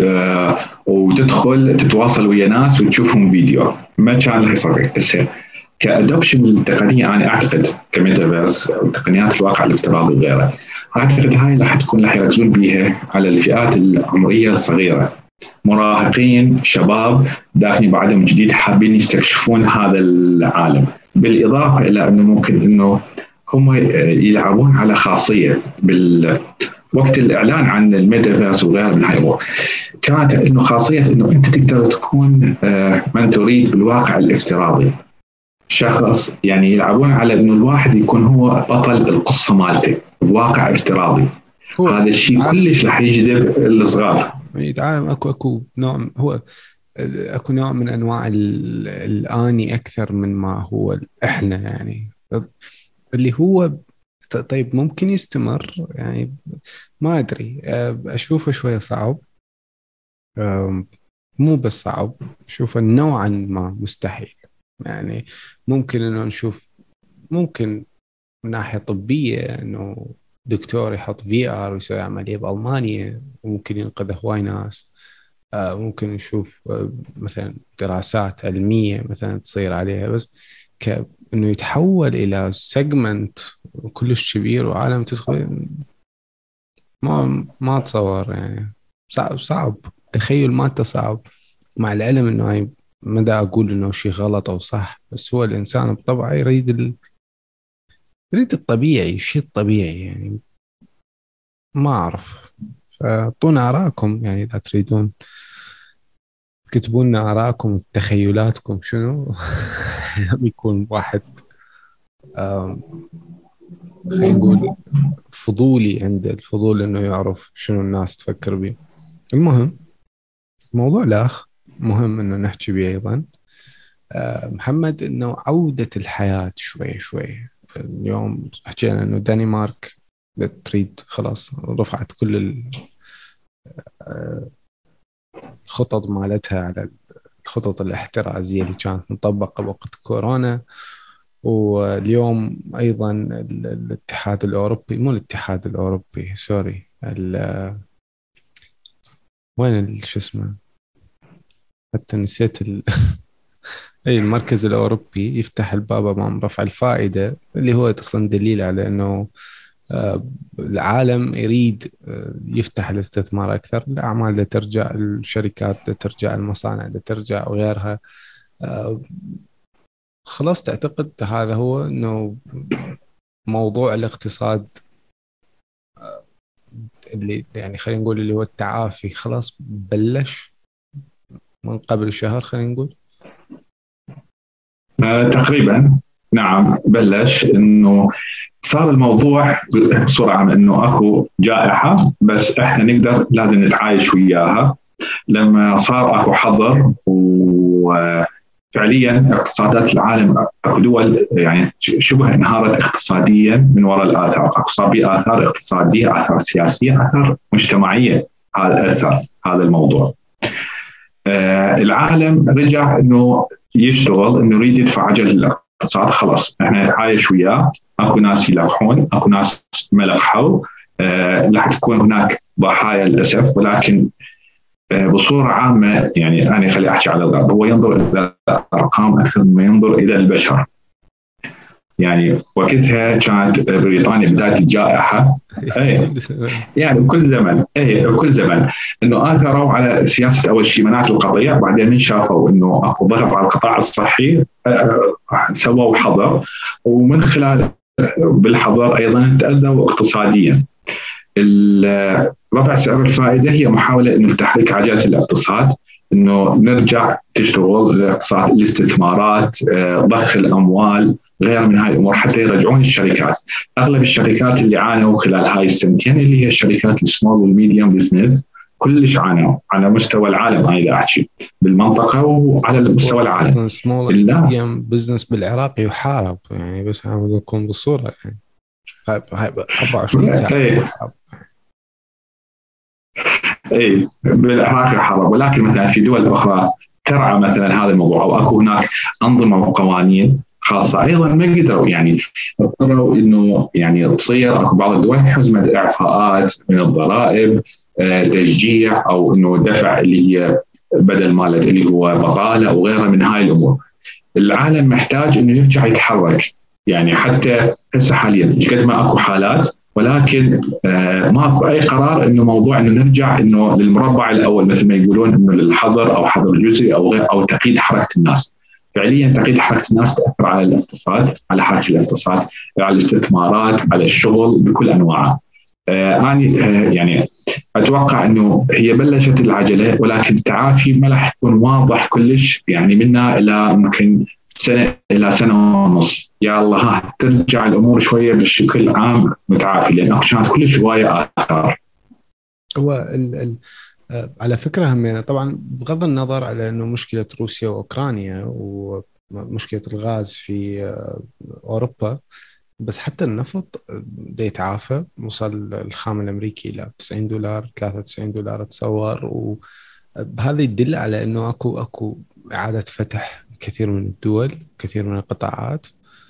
وتدخل تتواصل ويا ناس وتشوفهم فيديو، ما كان راح يصير. بس كادوبشن التقنيه انا اعتقد كميتافيرس وتقنيات الواقع الافتراضي وغيره، اعتقد هاي راح يركزون بيها على الفئات العمريه الصغيره، مراهقين، شباب داخلين بعدهم جديد حابين يستكشفون هذا العالم. بالاضافه الى انه ممكن انه هم يلعبون على خاصيه وقت الاعلان عن الميتافيرس وغيره من هاي الامور، كانت انه خاصيه انه انت تقدر تكون من تريد بالواقع الافتراضي. شخص يعني يلعبون على انه الواحد يكون هو بطل القصه مالته بواقع افتراضي. هذا الشيء كلش راح يجذب الصغار. عالم اكو نوع، هو اكو نوع من انواع الاني اكثر من ما هو احنا، يعني اللي هو طيب ممكن يستمر، يعني ما ادري. اشوفه شويه صعب. مو بس صعب، اشوفه نوعا ما مستحيل. يعني ممكن انه نشوف، ممكن من ناحيه طبيه انه دكتور يحط في ار ويسوي عمليه بالمانيا وممكن ينقذ هواي ناس. ممكن نشوف مثلا دراسات علميه مثلا تصير عليها، بس انه يتحول الى سيجمنت كلش كبير وعالم تدخل، ما اتصور. يعني صعب تخيل مالته صعب، مع العلم انه هاي ما دا اقول انه شيء غلط او صح، بس هو الانسان بطبعه يريد يريد الطبيعي، الشيء الطبيعي. يعني ما اعرف. فاعطونا اراءكم، يعني اذا تريدون تكتبوا لنا اراءكم تخيلاتكم شنو. بيكون واحد خلينا نقول فضولي، عند الفضول انه يعرف شنو الناس تفكر به. المهم موضوع الاخ مهم انه نحكي به ايضا. محمد، انه عودة الحياة شوي شوي. اليوم حكينا انه دنمارك تريد خلاص رفعت كل الخطط مالتها على الخطط الاحترازية اللي كانت مطبقة وقت كورونا. واليوم أيضا الاتحاد الأوروبي، مو الاتحاد الأوروبي سوري، وين شو اسمه، حتى نسيت أي المركز الأوروبي يفتح الباب أمام رفع الفائدة، اللي هو أصلا دليل على أنه العالم يريد يفتح الاستثمار أكثر، الأعمال دا ترجع، الشركات دا ترجع، المصانع دا ترجع وغيرها. خلاص تعتقد هذا هو أنه موضوع الاقتصاد اللي يعني خلينا نقول اللي هو التعافي خلاص بلش من قبل شهر، خلينا نقول. تقريبا نعم بلش، انه صار الموضوع بصورة عامة انه اكو جائحة بس احنا نقدر لازم نتعايش وياها. لما صار اكو حظر فعليا اقتصادات العالم اكو دول يعني شبه انهارت اقتصاديا من وراء الاثار، اقتصاديه، اثار اقتصاديه، اثار سياسيه، اثار مجتمعيه. هذا اثر هذا الموضوع. العالم رجع انه يشتغل، انه يريد يدفع عجله الاقتصاد. خلاص احنا نتعايش وياه، اكو ناس يلقحون، اكو ناس ما لقحوا، راح تكون هناك ضحايا للاسف، ولكن بصوره عامه يعني انا خلي احكي على الغرب، هو ينظر الى الارقام اكثر مما ينظر الى البشر. يعني وقتها كانت بريطانيا بدايه الجائحه يعني بكل زمن بكل زمن انه اثروا على سياسه اول شيء مناعه القطيع، بعدين من شافوا انه اكو ضغط على القطاع الصحي سووا حظر، ومن خلال بالحظر ايضا تاذوا اقتصاديا. رفع سعر الفائده هي محاوله انه تحريك عجله الاقتصاد، انه نرجع تشتغل الاقتصاد، الاستثمارات، ضخ الاموال، غير من هاي الامور حتى يرجعون الشركات. اغلب الشركات اللي عانوا خلال هاي السنتين اللي هي الشركات السمول والميديوم بزنس كلش عانوا على مستوى العالم، انا احكي بالمنطقه وعلى مستوى العالم. سمول ميديوم بزنس بالعراق يحارب يعني، بس عم نكون بالصوره يعني هاي 24 ساعه. اي بالعراق يحارب، ولكن مثلا في دول اخرى ترعى مثلا هذا الموضوع، او اكو هناك انظمه وقوانين خاصه ايضا ما قدروا يعني اضطروا انه يعني تصير اكو بعض الدول حزمه اعفاءات من الضرائب، تشجيع او انه دفع اللي هي بدل مالت اللي هو بطاله او غيره من هاي الامور. العالم محتاج انه يرجع يتحرك يعني، حتى هسه حاليا قد ما اكو حالات، ولكن ماكو اي قرار انه موضوع انه نرجع انه للمربع الاول مثل ما يقولون، انه للحظر او حظر جزئي او غير، او تقييد حركه الناس. فعليا تقييد حركه الناس تاثر على الاقتصاد، على حركه الاقتصاد، على الاستثمارات، على الشغل بكل انواعه. انا يعني اتوقع انه هي بلشت العجله، ولكن التعافي ما راح يكون واضح كلش يعني، منا الى ممكن سنه الى سنه ونص يا الله ها ترجع الامور شويه بشكل عام متعافي، لان كانت كلش هوايه اثار. هو على فكره هم طبعا بغض النظر على انه مشكله روسيا واوكرانيا ومشكله الغاز في اوروبا، بس حتى النفط دا يتعافى، وصل الخام الامريكي الى $90 $93 اتصور، وهذا يدل على انه اكو اعاده فتح كثير من الدول، كثير من القطاعات.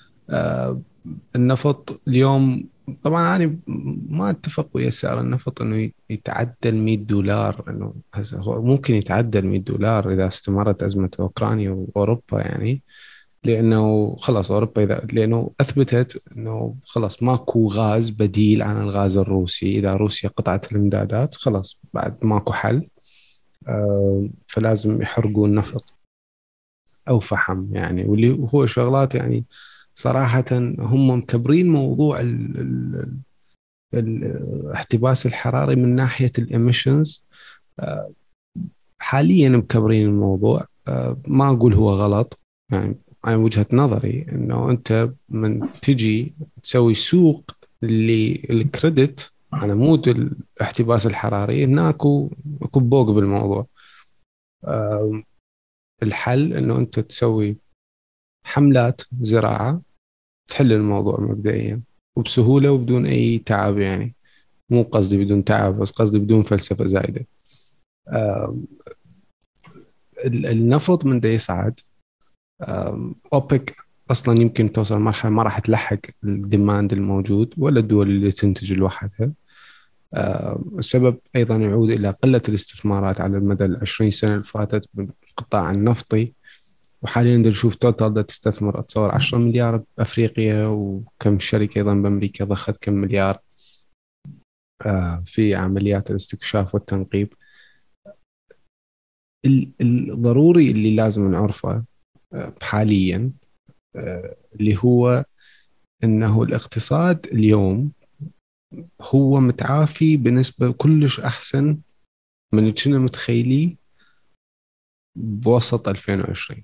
النفط اليوم طبعا انا ما اتفق ويا سعر النفط انه يتعدى $100، انه هو ممكن يتعدى $100 اذا استمرت ازمه اوكرانيا واوروبا يعني، لانه خلاص اوروبا لانه اثبتت انه خلاص ماكو غاز بديل عن الغاز الروسي، اذا روسيا قطعت الامدادات خلاص بعد ماكو حل، فلازم يحرقوا النفط او فحم يعني، واللي هو شغلات يعني صراحه هم مكبرين موضوع الاحتباس الحراري من ناحيه الاميشنز. حاليا مكبرين الموضوع، ما اقول هو غلط يعني، أنا وجهة نظري إنه أنت من تجي تسوي سوق الكريدت على مود الاحتباس الحراري، هناكو بوق بالموضوع. الحل إنه أنت تسوي حملات زراعة تحل الموضوع مبدئيا وبسهولة وبدون أي تعب يعني، مو قصدي بدون تعب، بس قصدي بدون فلسفة زايدة. النفط من ده يصعد، أوبك أصلا يمكن توصل مرحلة ما راح تلحق الديماند الموجود ولا الدول اللي تنتج لوحدها. السبب أيضا يعود إلى قلة الاستثمارات على المدى 20 سنة اللي فاتت بالقطاع النفطي، وحاليا نشوف توتال تستثمر أتصور 10 مليار بأفريقيا، وكم شركة أيضا بأمريكا ضخت كم مليار في عمليات الاستكشاف والتنقيب. الضروري اللي لازم نعرفه حاليا اللي هو أنه الاقتصاد اليوم هو متعافي بنسبة كلش أحسن من اللي كنا متخيلي بوسط 2020.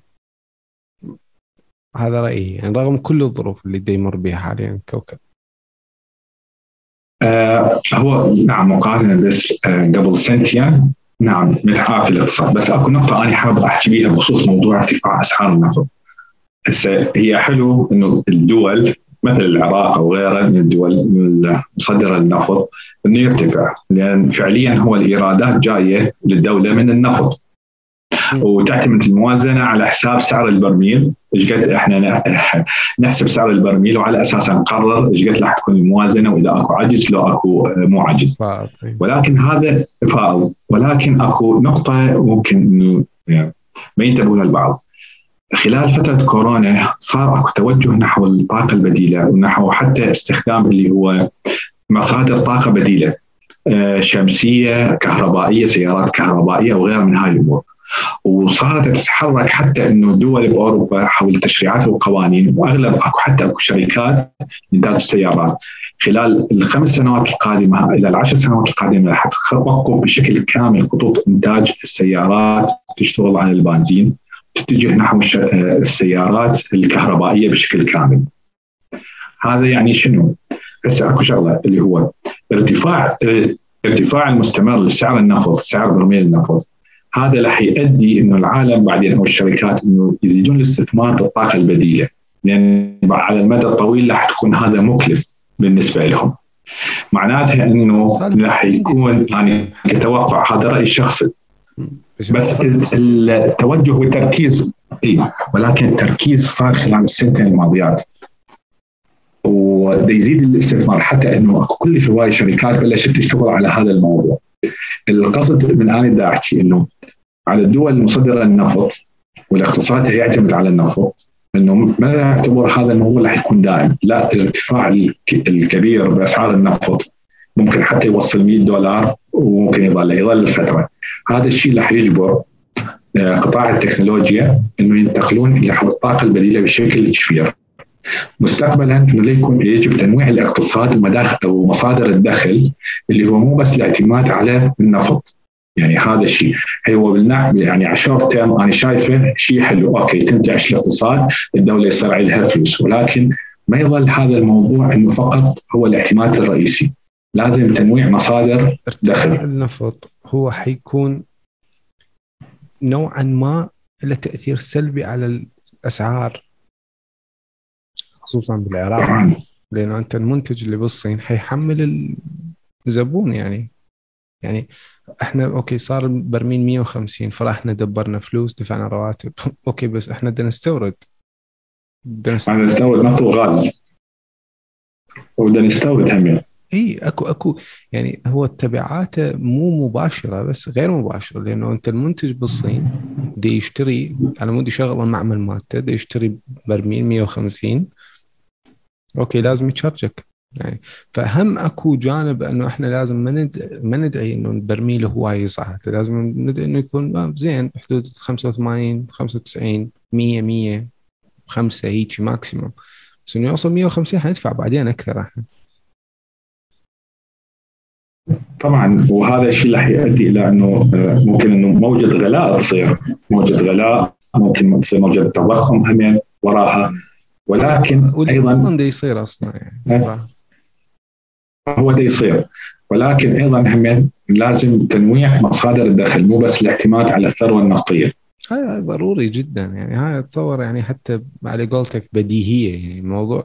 هذا رأيي يعني، رغم كل الظروف اللي يمر بها حاليا الكوكب. هو نعم مقارنة بس قبل سنتين نعم متعافي الاقتصاد، بس اكو نقطه انا حابب احكي بيها بخصوص موضوع ارتفاع اسعار النفط. هسه هي حلو انه الدول مثل العراق او غيرها من الدول المصدره للنفط انه يرتفع، لان فعليا هو الايرادات جايه للدوله من النفط، وتعتمد الموازنه على حساب سعر البرميل. ايش قد احنا نحسب سعر البرميل وعلى اساسه نقرر ايش قد راح تكون الموازنه، واذا اكو عجز لو اكو مو عجز. ولكن هذا فائض، ولكن اكو نقطه ممكن انه يعني ما ينتبه لها البعض. خلال فتره كورونا صار اكو توجه نحو الطاقه البديله ونحو حتى استخدام اللي هو مصادر طاقه بديله، شمسيه، كهربائيه، سيارات كهربائيه وغيرها من هاي الامور. وصارت تتحرك حتى انه دول باوروبا حول التشريعات والقوانين، واغلب حتى اكو شركات انتاج السيارات خلال ال5 سنوات القادمه الى ال10 سنوات القادمه راح توقف بشكل كامل خطوط انتاج السيارات تشتغل على البنزين، تتجه نحو السيارات الكهربائيه بشكل كامل. هذا يعني شنو؟ هسه اكو شغله اللي هو ارتفاع المستمر لسعر النفط، سعر برميل النفط. هذا راح يؤدي انه العالم بعدين او الشركات انه يزيدون الاستثمار بالطاقه البديله، لان على المدى الطويل راح تكون هذا مكلف بالنسبه لهم. معناتها انه راح يكون انا اتوقع، هذا رايي الشخصي، بس التوجه والتركيز ولكن التركيز صار خلال السنتين الماضيات وده يزيد الاستثمار، حتى انه كل هواي شركات بلشت تشتغل على هذا الموضوع. القصد من انا دا احكي انه على الدول المصدره للنفط والاقتصاد يعتمد على النفط، انه ما يعتبر هذا انه هو اللي حيكون دائم، لا، الارتفاع الكبير باسعار النفط ممكن حتى يوصل $100 وممكن يظل الفتره. هذا الشيء اللي حيجبر قطاع التكنولوجيا انه ينتقلون الى الطاقه البديله بشكل كبير. مستقبلا انه ليكون يجب تنويع الاقتصاد ومصادر الدخل اللي هو مو بس الاعتماد على النفط. يعني هذا الشيء هو يعني على شورت تيرم انا شايفه شيء حلو، اوكي تنتعش الاقتصاد، الدوله يصير عندها فلوس، ولكن ما يظل هذا الموضوع انه فقط هو الاعتماد الرئيسي، لازم تنويع مصادر دخل. النفط هو حيكون نوعا ما له تاثير سلبي على الاسعار خصوصا بالعراق، لانه انت المنتج اللي بالصين حيحمل الزبون. يعني احنا اوكي صار البرميل 150 فرحنا دبرنا فلوس دفعنا رواتب اوكي، بس احنا بدنا نستورد نفط وغاز وبدنا نستورد هم. اي اكو يعني هو تبعاته مو مباشره بس غير مباشره، لانه انت المنتج بالصين دي يشتري على مود يشغل المعمل مالته، دي يشتري برميل 150 اوكي لازم يتشارجك يعني. فهم اكو جانب انه احنا لازم ما ندعي انه البرميل هو يصعد، لازم ندعي انه يكون زين بحدود 85 95 100 5 هيك ماكسيموم، بس انه يوصل 150 حندفع بعدين اكثر احنا. طبعا، وهذا الشيء اللي حيؤدي الى انه ممكن انه موجه غلاء تصير، موجه غلاء ممكن تصير موجه تضخم هم وراها، ولكن ايضا اصلا ده يصير اصلا يعني هو ده يصير، ولكن ايضا هم لازم تنويع مصادر الدخل، مو بس الاعتماد على الثروه النفطيه. هاي ضروري جدا يعني، هاي اتصور يعني حتى على قولتك بديهيه يعني الموضوع.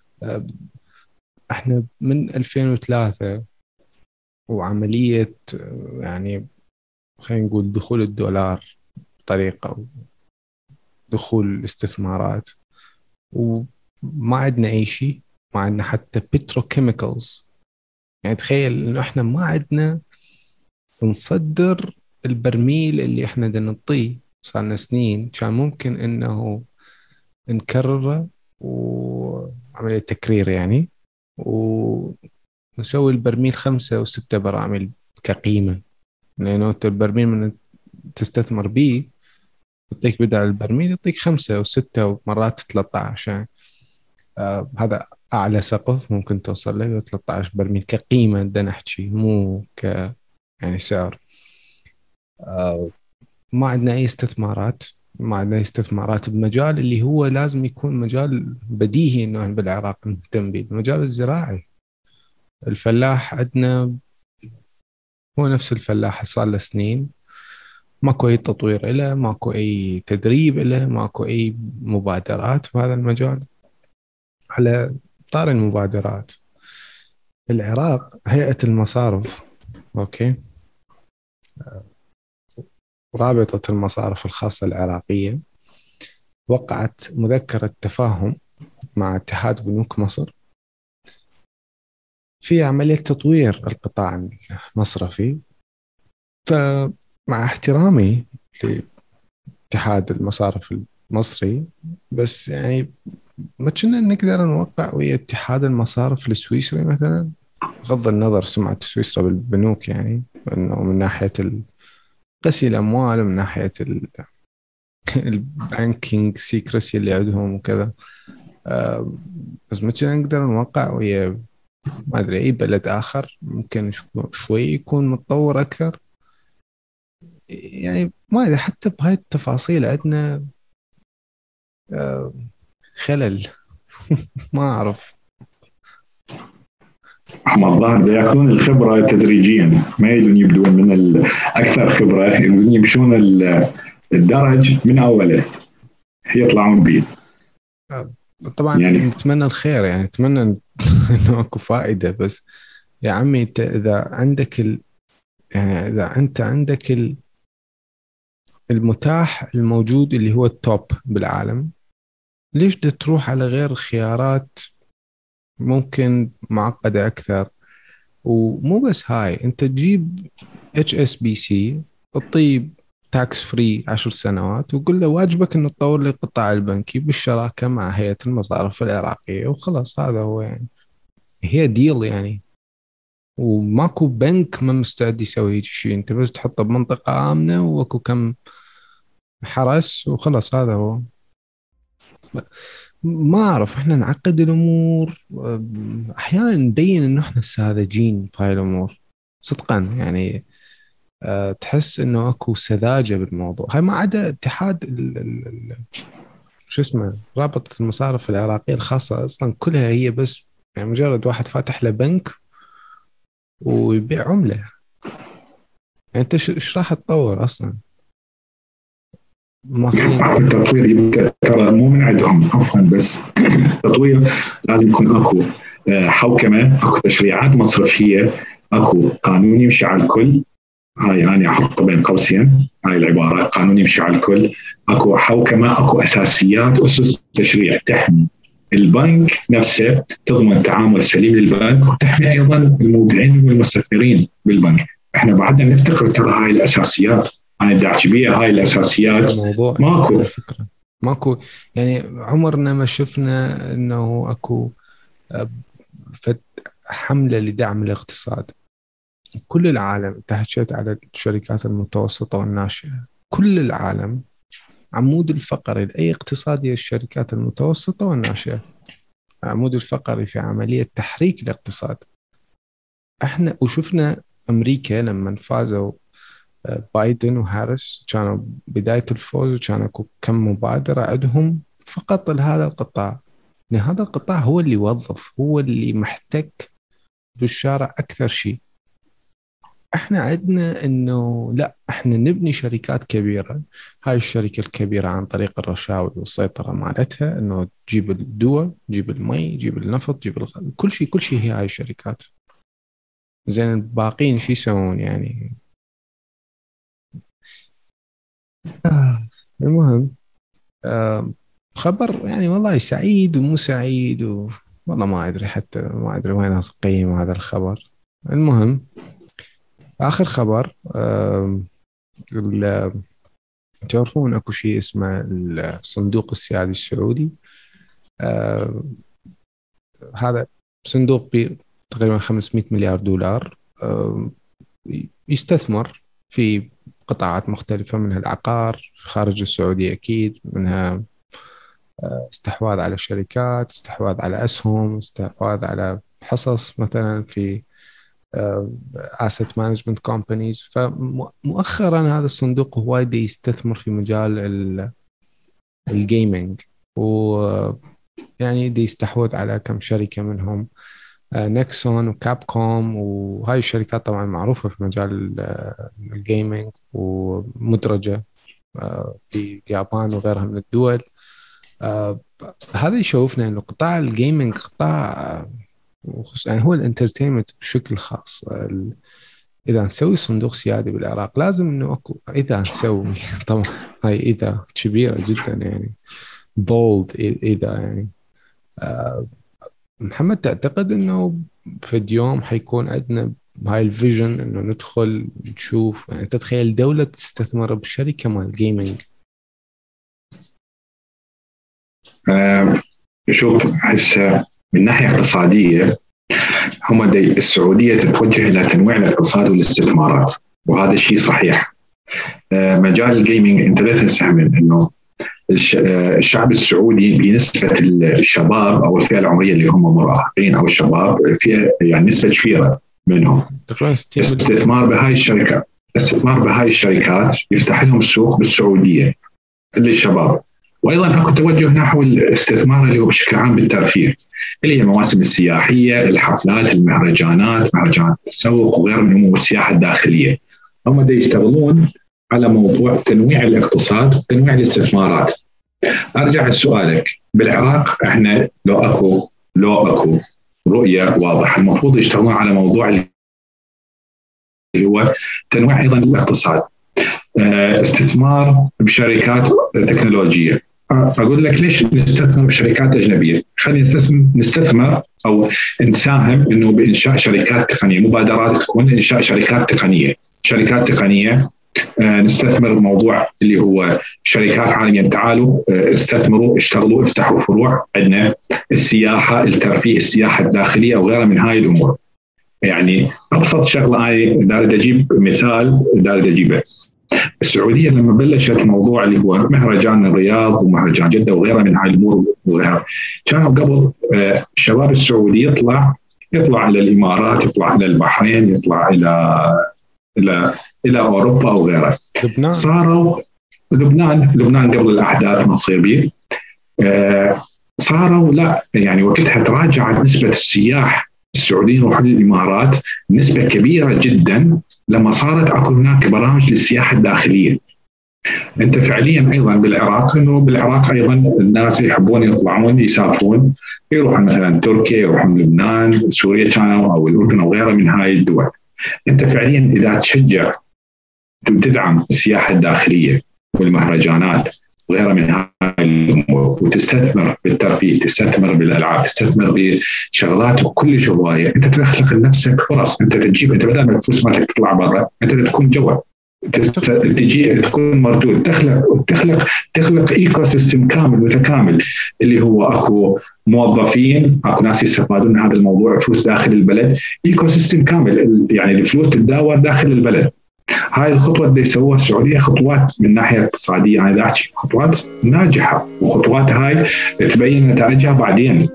احنا من 2003 وعمليه يعني خلينا نقول دخول الدولار بطريقه ودخول الاستثمارات، وما عندنا اي شيء، ما عندنا حتى بتروكيميكالز. يعني تخيل انه احنا ما عندنا نصدر البرميل اللي احنا بدنا نعطيه، صار لنا سنين كان ممكن انه نكرره وعملية تكرير يعني، ونسوي البرميل 5 و6 براميل كقيمة، لأنه أنت البرميل من تستثمر به يعطيك بدل البرميل يعطيك 5 و6 ومرات 13 يعني. هذا أعلى سقف ممكن توصل له 13 برميل كقيمة، بدنا نحكي مو يعني سعر. ما عندنا أي استثمارات، ما عندنا استثمارات بمجال اللي هو لازم يكون مجال بديهي إنه بالعراق نهتم به، المجال الزراعي. الفلاح عندنا هو نفس الفلاح صار له سنين ماكو أي تطوير له، ماكو أي تدريب له، ماكو أي مبادرات في هذا المجال. على طار المبادرات، العراق هيئة المصارف، أوكي، رابطة المصارف الخاصة العراقية وقعت مذكرة تفاهم مع اتحاد بنوك مصر في عملية تطوير القطاع المصرفي. فمع احترامي لاتحاد المصارف المصري، بس يعني ما كنا نقدر نوقع ويا اتحاد المصارف السويسري مثلا، بغض النظر سمعة سويسرا بالبنوك، يعني انه من ناحية غسيل الاموال، من ناحية البانكينج سيكرسي اللي عندهم وكذا. آه، بس ما كنا نقدر نوقع ويا ما ادري اي بلد اخر ممكن شوي يكون متطور اكثر. يعني ما ادري، حتى بهاي التفاصيل عندنا آه، خلل. ما اعرف. هم الظاهر بده ياخذون الخبره تدريجيا، ما يريدون يبدون من اكثر خبره، يريدون يمشون الدرج من اوله يطلعون به. آه، طبعا يعني نتمنى الخير، يعني نتمنى انه اكو فائدة. بس يا عمي انت اذا عندك يعني اذا انت عندك المتاح الموجود اللي هو التوب بالعالم، ليش بدك تروح على غير خيارات ممكن معقدة اكثر؟ ومو بس هاي، انت تجيب اتش اس بي سي، الطيب تاكس فري 10 سنوات، وقول له واجبك انه تطور لي القطاع البنكي بالشراكة مع هيئة المصارف العراقية، وخلاص هذا هو يعني. هي ديل يعني. وماكو بنك ما مستعد يسوي هيك شيء، انت بس تحطه بمنطقة آمنة واكو كم حرس وخلاص هذا هو. ما اعرف، احنا نعقد الامور، احيانا نبين انه احنا ساذجين بهاي الامور صدقا يعني. تحس انه اكو سذاجه بالموضوع هاي، ما عدا اتحاد شو اسمه، رابطه المصارف العراقيه الخاصه، اصلا كلها هي بس يعني مجرد واحد فاتح له بنك ويبيع عمله. يعني انت ايش راح تطور اصلا؟ ماخذين. التطوير يبدا ترى مو من عندهم عفوا، بس التطوير لازم يكون اكو حوكمه، اكو تشريعات مصرفيه، اكو قانون يمشي على الكل. هاي انا احط بين قوسين هاي العباره، قانون يمشي على الكل، اكو حوكمه، اكو اساسيات، اسس تشريع تحمي البنك نفسه، تضمن تعامل سليم للبنك، وتحمي ايضا المودعين والمستثمرين بالبنك. احنا بعدنا نفتقر ترى هاي الاساسيات، انا بدي احكي بيها هاي الاساسيات الموضوع ماكو. على فكره ماكو. يعني عمرنا ما شفنا انه اكو آه، فد حمله لدعم الاقتصاد. كل العالم، انت حكيت على الشركات المتوسطه والناشئه، كل العالم عمود الفقري لأي اقتصاد هي الشركات المتوسطة والناشئة. عمود الفقري في عملية تحريك الاقتصاد. احنا وشفنا أمريكا لما فازوا بايدن وهاريس، كانوا بداية الفوز وكان اكو كم مبادرة عندهم فقط لهذا القطاع، لأن هذا القطاع هو اللي يوظف، هو اللي محتك بالشارع أكثر شيء. احنا عندنا انه لا، احنا نبني شركات كبيره. هاي الشركه الكبيره عن طريق الرشاوي والسيطره مالتها، انه تجيب الدواء، تجيب المي، تجيب النفط، تجيب كل شيء، كل شيء هي هاي الشركات. زين الباقين شو يسوون يعني؟ المهم، آه خبر يعني والله سعيد ومو سعيد والله ما ادري، حتى ما ادري وين اقيم هذا الخبر. المهم، اخر خبر، تعرفون اكو شيء اسمه الصندوق السيادي السعودي. آه هذا صندوق تقريبا 500 مليار دولار. يستثمر في قطاعات مختلفة، منها العقار في خارج السعودية أكيد، منها استحواذ على الشركات، استحواذ على أسهم، استحواذ على حصص مثلا في asset management companies. فمؤخرا هذا الصندوق هو وايد يستثمر في مجال الجيمنج، ويعني دي يستحوذ على كم شركة منهم. نيكسون وكاب كوم، وهاي الشركات طبعا معروفة في مجال الجيمنج ومدرجة في اليابان وغيرها من الدول. هذا يشوفنا انه قطاع الجيمنج قطاع يعني هو الانترتينمنت بشكل خاص. اذا نسوي صندوق سيادي بالعراق لازم انه اكو، اذا نسوي طبعا هاي اذا كبيره جدا يعني بولد، اذا يعني محمد تعتقد انه في اليوم حيكون عندنا هاي الفيجن انه ندخل نشوف، يعني تتخيل دولة تستثمر بشركة مال جيمنج؟ شوف هسه من ناحيه اقتصاديه هم السعوديه تتوجه الى تنويع الاقتصاد والاستثمارات، وهذا الشيء صحيح. مجال الجيمنج انت لا تنسى من انه الشعب السعودي بنسبه الشباب او الفئه العمريه اللي هم مراهقين او الشباب، فئه يعني نسبه كبيره منهم الاستثمار بهاي الشركات يفتح لهم السوق بالسعوديه للشباب. وايضا اكو توجه نحو الاستثمار اللي هو بشكل عام بالترفيه، اللي هي المواسم السياحيه، الحفلات، المهرجانات، مهرجانات التسوق وغيرها من امور السياحه الداخليه. هم دا يشتغلون على موضوع تنويع الاقتصاد وتنويع الاستثمارات. ارجع لسؤالك، بالعراق احنا لو اكو رؤيه واضحه المفروض يشتغلون على موضوع اللي هو تنويع ايضا الاقتصاد، استثمار بشركات تكنولوجيه. اقول لك ليش نستثمر بشركات اجنبيه؟ خلينا نستثمر او نساهم انه بانشاء شركات تقنيه، مبادرات تكون انشاء شركات تقنيه. نستثمر بموضوع اللي هو شركات عالميه، تعالوا استثمروا، اشتغلوا، افتحوا فروع عندنا، السياحه، الترفيه، السياحه الداخليه وغيرها من هاي الامور. يعني ابسط شغله هاي دارد اجيب مثال دارد اجيبه. السعوديه لما بلشت موضوع اللي هو مهرجان الرياض ومهرجان جده وغيرها من هاي الامور وغيرها، كانوا قبل الشباب السعودي يطلع الى الامارات، يطلع الى البحرين، يطلع الى اوروبا وغيرها. صاروا لبنان قبل الاحداث ما تصير بيه، صاروا لا يعني وقتها تراجعت نسبه السياح السعوديين يروحون الامارات نسبه كبيره جدا لما صارت اكو هناك برامج للسياحه الداخليه. انت فعليا ايضا بالعراق، انه بالعراق ايضا الناس يحبون يطلعون يسافرون، يروحون مثلا تركيا، يروحون لبنان، سوريا كانوا او الاردن او غيرها من هاي الدول. انت فعليا اذا تشجع تدعم السياحه الداخليه والمهرجانات وغيرها من هاي الامور، وتستثمر بالترفيه، تستثمر بالالعاب، تستثمر بشغلات كلش هوايه، انت تخلق لنفسك فرص. انت بدل ما الفلوس مالتك تطلع برا، انت تكون جوا، تجي تكون مردود، تخلق ايكو سيستم كامل متكامل، اللي هو اكو موظفين، اكو ناس يستفادون من هذا الموضوع، فلوس داخل البلد، ايكو سيستم كامل، يعني الفلوس تتداول داخل البلد. هاي الخطوة اللي سووها السعودية خطوات من ناحية اقتصادية، أنا أحكي خطوات ناجحة، وخطوات هاي تبين نتائجها بعدين.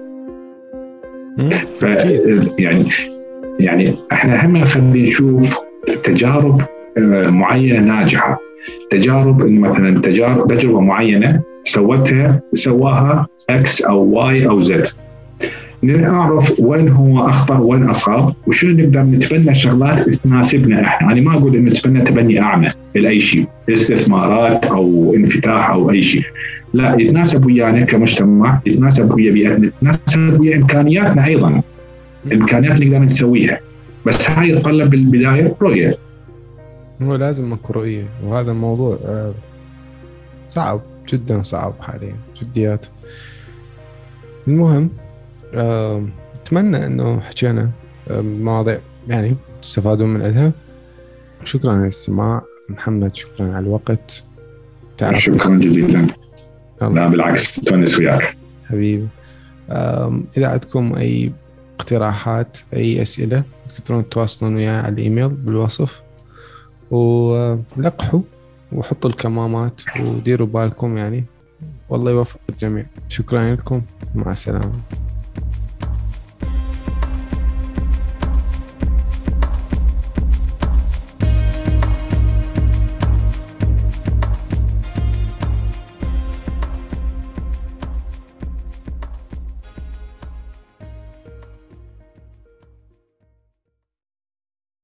يعني احنا هم خلينا نشوف تجارب معينة ناجحة، تجارب إنه مثلا تجربة معينة سواها X أو Y أو Z، نعرف وين هو أخطأ وين أصاب، وشو نقدر نتبنى شغلات تناسبنا إحنا. أنا ما أقول إنه نتبنى تبني أعمى لأي شيء، استثمارات أو انفتاح أو أي شيء، لا، يتناسب ويانا كمجتمع، يتناسب ويا بيئتنا، يتناسب ويا إمكانياتنا أيضا، إمكانيات نقدر نسويها. بس هاي يتطلب بالبداية رؤية، هو لازم اكو رؤية، وهذا الموضوع صعب جدا، صعب حاليا جديات. المهم أتمنى أنه حكينا مواضيع يعني تستفادون من عندها. شكرا على الاستماع محمد، شكرا على الوقت. شكرا جزيلا. لا بالعكس، تونس وياك حبيبي. إذا عندكم أي اقتراحات، أي أسئلة، تقدرون تتواصلون وياي على الإيميل بالوصف، ولقحوا وحطوا الكمامات وديروا بالكم يعني. والله يوفق الجميع. شكرا لكم، مع السلامة.